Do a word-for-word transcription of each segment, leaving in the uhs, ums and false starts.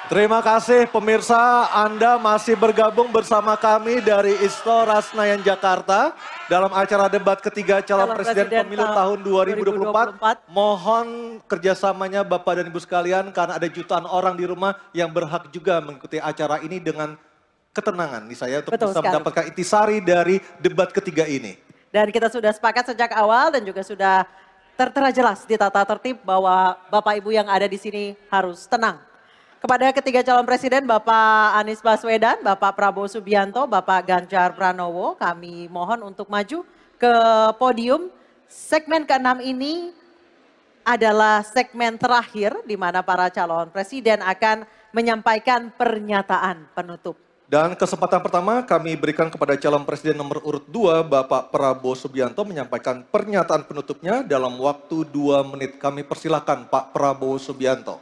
Terima kasih pemirsa, Anda masih bergabung bersama kami dari Istora Senayan Jakarta dalam acara debat ketiga calon, calon presiden, presiden pemilu tahun dua ribu dua puluh empat. Mohon kerjasamanya Bapak dan Ibu sekalian karena ada jutaan orang di rumah yang berhak juga mengikuti acara ini dengan ketenangan nih saya untuk Betul bisa sekali. mendapatkan intisari dari debat ketiga ini. Dan kita sudah sepakat sejak awal dan juga sudah tertera jelas di tata tertib bahwa Bapak Ibu yang ada di sini harus tenang. Kepada ketiga calon presiden, Bapak Anies Baswedan, Bapak Prabowo Subianto, Bapak Ganjar Pranowo, kami mohon untuk maju ke podium. Segmen keenam ini adalah segmen terakhir di mana para calon presiden akan menyampaikan pernyataan penutup. Dan kesempatan pertama kami berikan kepada calon presiden nomor urut dua, Bapak Prabowo Subianto menyampaikan pernyataan penutupnya dalam waktu dua menit. Kami persilahkan Pak Prabowo Subianto.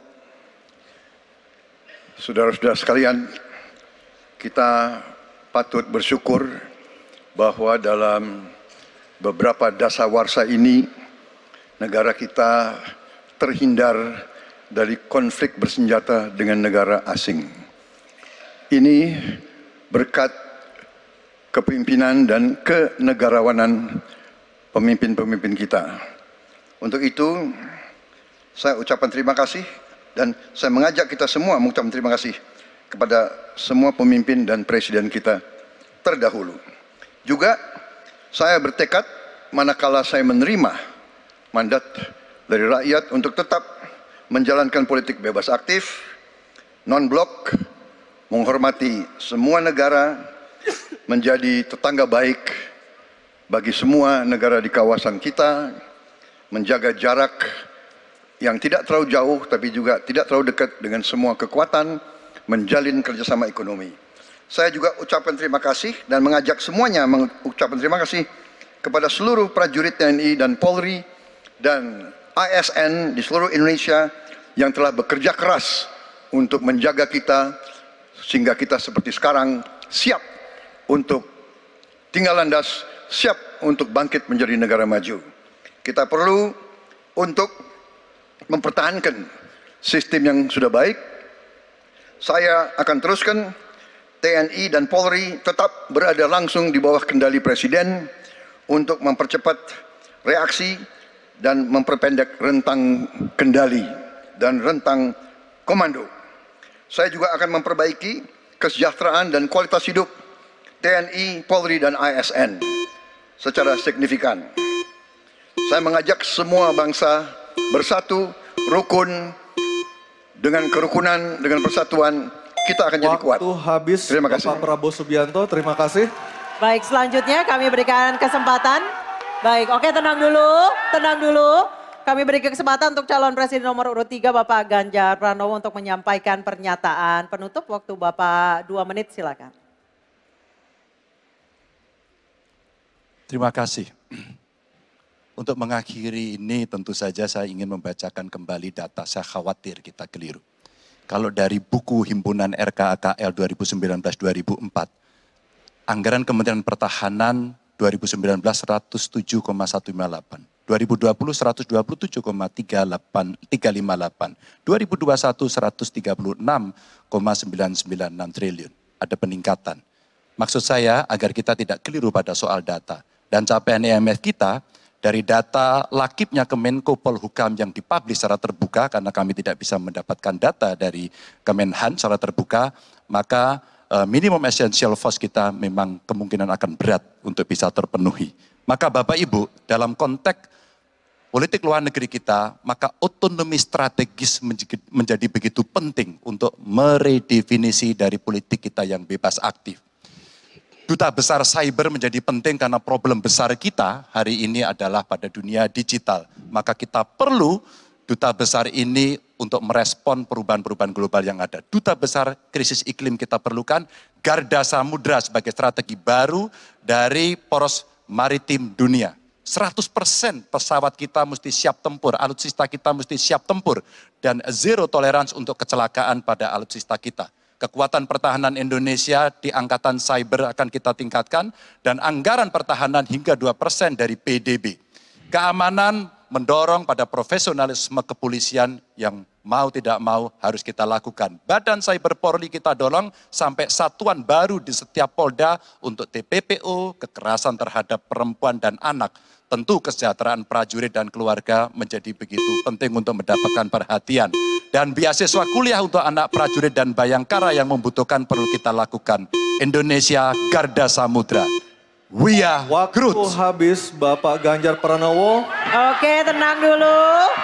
Saudara-saudara sekalian, kita patut bersyukur bahwa dalam beberapa dasawarsa ini negara kita terhindar dari konflik bersenjata dengan negara asing. Ini berkat kepemimpinan dan kenegarawanan pemimpin-pemimpin kita. Untuk itu, saya ucapkan terima kasih. Dan saya mengajak kita semua mengucapkan terima kasih kepada semua pemimpin dan presiden kita terdahulu. Juga saya bertekad manakala saya menerima mandat dari rakyat untuk tetap menjalankan politik bebas aktif, non-blok, menghormati semua negara, menjadi tetangga baik bagi semua negara di kawasan kita, menjaga jarak yang tidak terlalu jauh tapi juga tidak terlalu dekat dengan semua kekuatan, menjalin kerjasama ekonomi. Saya juga ucapkan terima kasih dan mengajak semuanya mengucapkan terima kasih kepada seluruh prajurit T N I dan Polri dan A S N di seluruh Indonesia yang telah bekerja keras untuk menjaga kita sehingga kita seperti sekarang siap untuk tinggal landas, siap untuk bangkit menjadi negara maju. Kita perlu untuk mempertahankan sistem yang sudah baik. Saya akan teruskan T N I dan Polri tetap berada langsung di bawah kendali Presiden untuk mempercepat reaksi dan memperpendek rentang kendali dan rentang komando. Saya juga akan memperbaiki kesejahteraan dan kualitas hidup T N I, Polri, dan A S N secara signifikan. Saya mengajak semua bangsa bersatu, rukun, dengan kerukunan, dengan persatuan, kita akan jadi kuat. Waktu habis, terima kasih. Bapak Prabowo Subianto, terima kasih. Baik, selanjutnya kami berikan kesempatan. Baik, oke tenang dulu, tenang dulu. Kami berikan kesempatan untuk calon presiden nomor urut tiga, Bapak Ganjar Pranowo untuk menyampaikan pernyataan penutup. Waktu Bapak dua menit, silakan. Terima kasih. Untuk mengakhiri ini tentu saja saya ingin membacakan kembali data, saya khawatir kita keliru. Kalau dari buku Himpunan R K A K L dua ribu sembilan belas dua ribu empat, anggaran Kementerian Pertahanan dua ribu sembilan belas seratus tujuh koma seratus lima puluh delapan, dua ribu dua puluh seratus dua puluh tujuh koma tiga ratus lima puluh delapan, dua ribu dua puluh satu seratus tiga puluh enam koma sembilan sembilan enam triliun. Ada peningkatan. Maksud saya agar kita tidak keliru pada soal data. Dan capaian I M F kita, dari data lakibnya Kemenko Polhukam yang dipublish secara terbuka, karena kami tidak bisa mendapatkan data dari Kemenhan secara terbuka, maka uh, minimum essential force kita memang kemungkinan akan berat untuk bisa terpenuhi. Maka Bapak Ibu, dalam konteks politik luar negeri kita, maka otonomi strategis menjadi begitu penting untuk meredefinisi dari politik kita yang bebas aktif. Duta besar cyber menjadi penting karena problem besar kita hari ini adalah pada dunia digital. Maka kita perlu duta besar ini untuk merespon perubahan-perubahan global yang ada. Duta besar krisis iklim kita perlukan, garda samudra sebagai strategi baru dari poros maritim dunia. seratus persen pesawat kita mesti siap tempur, alutsista kita mesti siap tempur. Dan zero tolerance untuk kecelakaan pada alutsista kita. Kekuatan pertahanan Indonesia di angkatan cyber akan kita tingkatkan dan anggaran pertahanan hingga dua persen dari P D B. Keamanan mendorong pada profesionalisme kepolisian yang mau tidak mau harus kita lakukan. Badan Cyber Polri kita dorong sampai satuan baru di setiap Polda untuk T P P O, kekerasan terhadap perempuan dan anak. Tentu kesejahteraan prajurit dan keluarga menjadi begitu penting untuk mendapatkan perhatian. Dan beasiswa kuliah untuk anak prajurit dan bayangkara yang membutuhkan perlu kita lakukan. Indonesia Garda Samudra. We are Waktu Groot. habis Bapak Ganjar Pranowo. Oke, tenang dulu.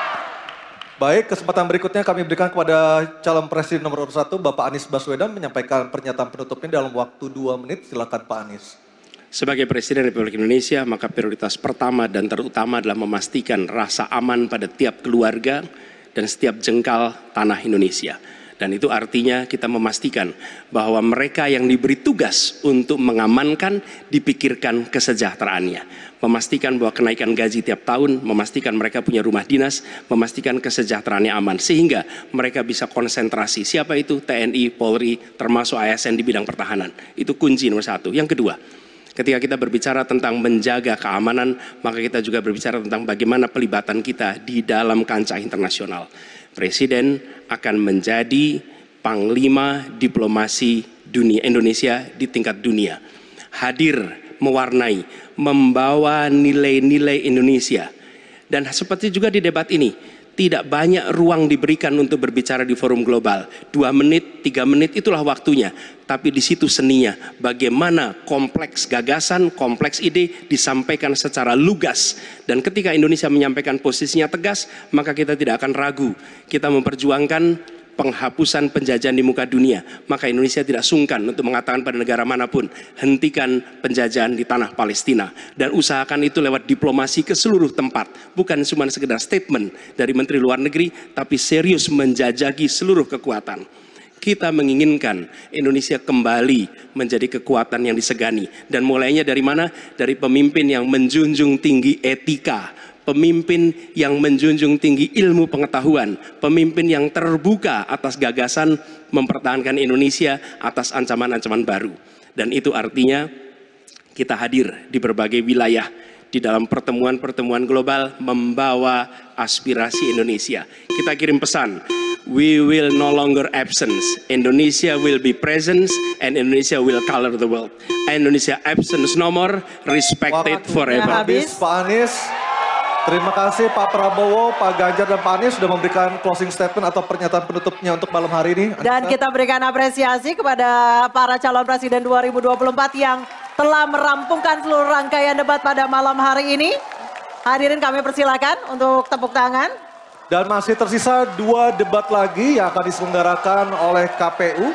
Baik, kesempatan berikutnya kami berikan kepada calon presiden nomor urut satu, Bapak Anies Baswedan, menyampaikan pernyataan penutupnya dalam waktu dua menit. Silakan Pak Anies. Sebagai Presiden Republik Indonesia, maka prioritas pertama dan terutama adalah memastikan rasa aman pada tiap keluarga dan setiap jengkal tanah Indonesia. Dan itu artinya kita memastikan bahwa mereka yang diberi tugas untuk mengamankan dipikirkan kesejahteraannya. Memastikan bahwa kenaikan gaji tiap tahun, memastikan mereka punya rumah dinas, memastikan kesejahteraannya aman. Sehingga mereka bisa konsentrasi. Siapa itu? T N I, Polri, termasuk A S N di bidang pertahanan. Itu kunci nomor satu. Yang kedua, ketika kita berbicara tentang menjaga keamanan, maka kita juga berbicara tentang bagaimana pelibatan kita di dalam kancah internasional. Presiden akan menjadi panglima diplomasi dunia Indonesia di tingkat dunia. Hadir, mewarnai, membawa nilai-nilai Indonesia. Dan seperti juga di debat ini, tidak banyak ruang diberikan untuk berbicara di forum global. Dua menit, tiga menit itulah waktunya. Tapi di situ seninya, bagaimana kompleks gagasan, kompleks ide disampaikan secara lugas. Dan ketika Indonesia menyampaikan posisinya tegas, maka kita tidak akan ragu. Kita memperjuangkan penghapusan penjajahan di muka dunia. Maka Indonesia tidak sungkan untuk mengatakan pada negara manapun, hentikan penjajahan di tanah Palestina. Dan usahakan itu lewat diplomasi ke seluruh tempat. Bukan cuma sekedar statement dari Menteri Luar Negeri, tapi serius menjajaki seluruh kekuatan. Kita menginginkan Indonesia kembali menjadi kekuatan yang disegani. Dan mulainya dari mana? Dari pemimpin yang menjunjung tinggi etika, pemimpin yang menjunjung tinggi ilmu pengetahuan, pemimpin yang terbuka atas gagasan mempertahankan Indonesia atas ancaman-ancaman baru. Dan itu artinya kita hadir di berbagai wilayah di dalam pertemuan-pertemuan global membawa aspirasi Indonesia. Kita kirim pesan, we will no longer absence. Indonesia will be presence and Indonesia will color the world. Indonesia absence no more, respected forever. Habis Pak Anies. Terima kasih Pak Prabowo, Pak Ganjar dan Pak Anies sudah memberikan closing statement atau pernyataan penutupnya untuk malam hari ini. Dan kita berikan apresiasi kepada para calon presiden dua ribu dua puluh empat yang telah merampungkan seluruh rangkaian debat pada malam hari ini. Hadirin kami persilakan untuk tepuk tangan. Dan masih tersisa dua debat lagi yang akan diselenggarakan oleh K P U.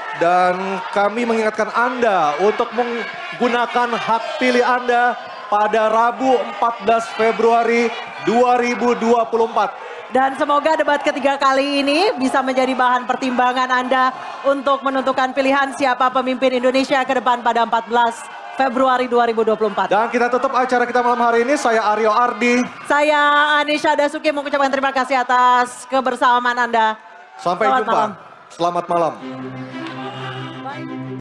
Dan kami mengingatkan Anda untuk menggunakan hak pilih Anda pada Rabu empat belas Februari dua ribu dua puluh empat. Dan semoga debat ketiga kali ini bisa menjadi bahan pertimbangan Anda untuk menentukan pilihan siapa pemimpin Indonesia ke depan pada empat belas Februari dua ribu dua puluh empat. Dan kita tutup acara kita malam hari ini. Saya Aryo Ardi. Saya Anisha Dasuki mengucapkan terima kasih atas kebersamaan Anda. Sampai Selamat jumpa. malam. Selamat malam.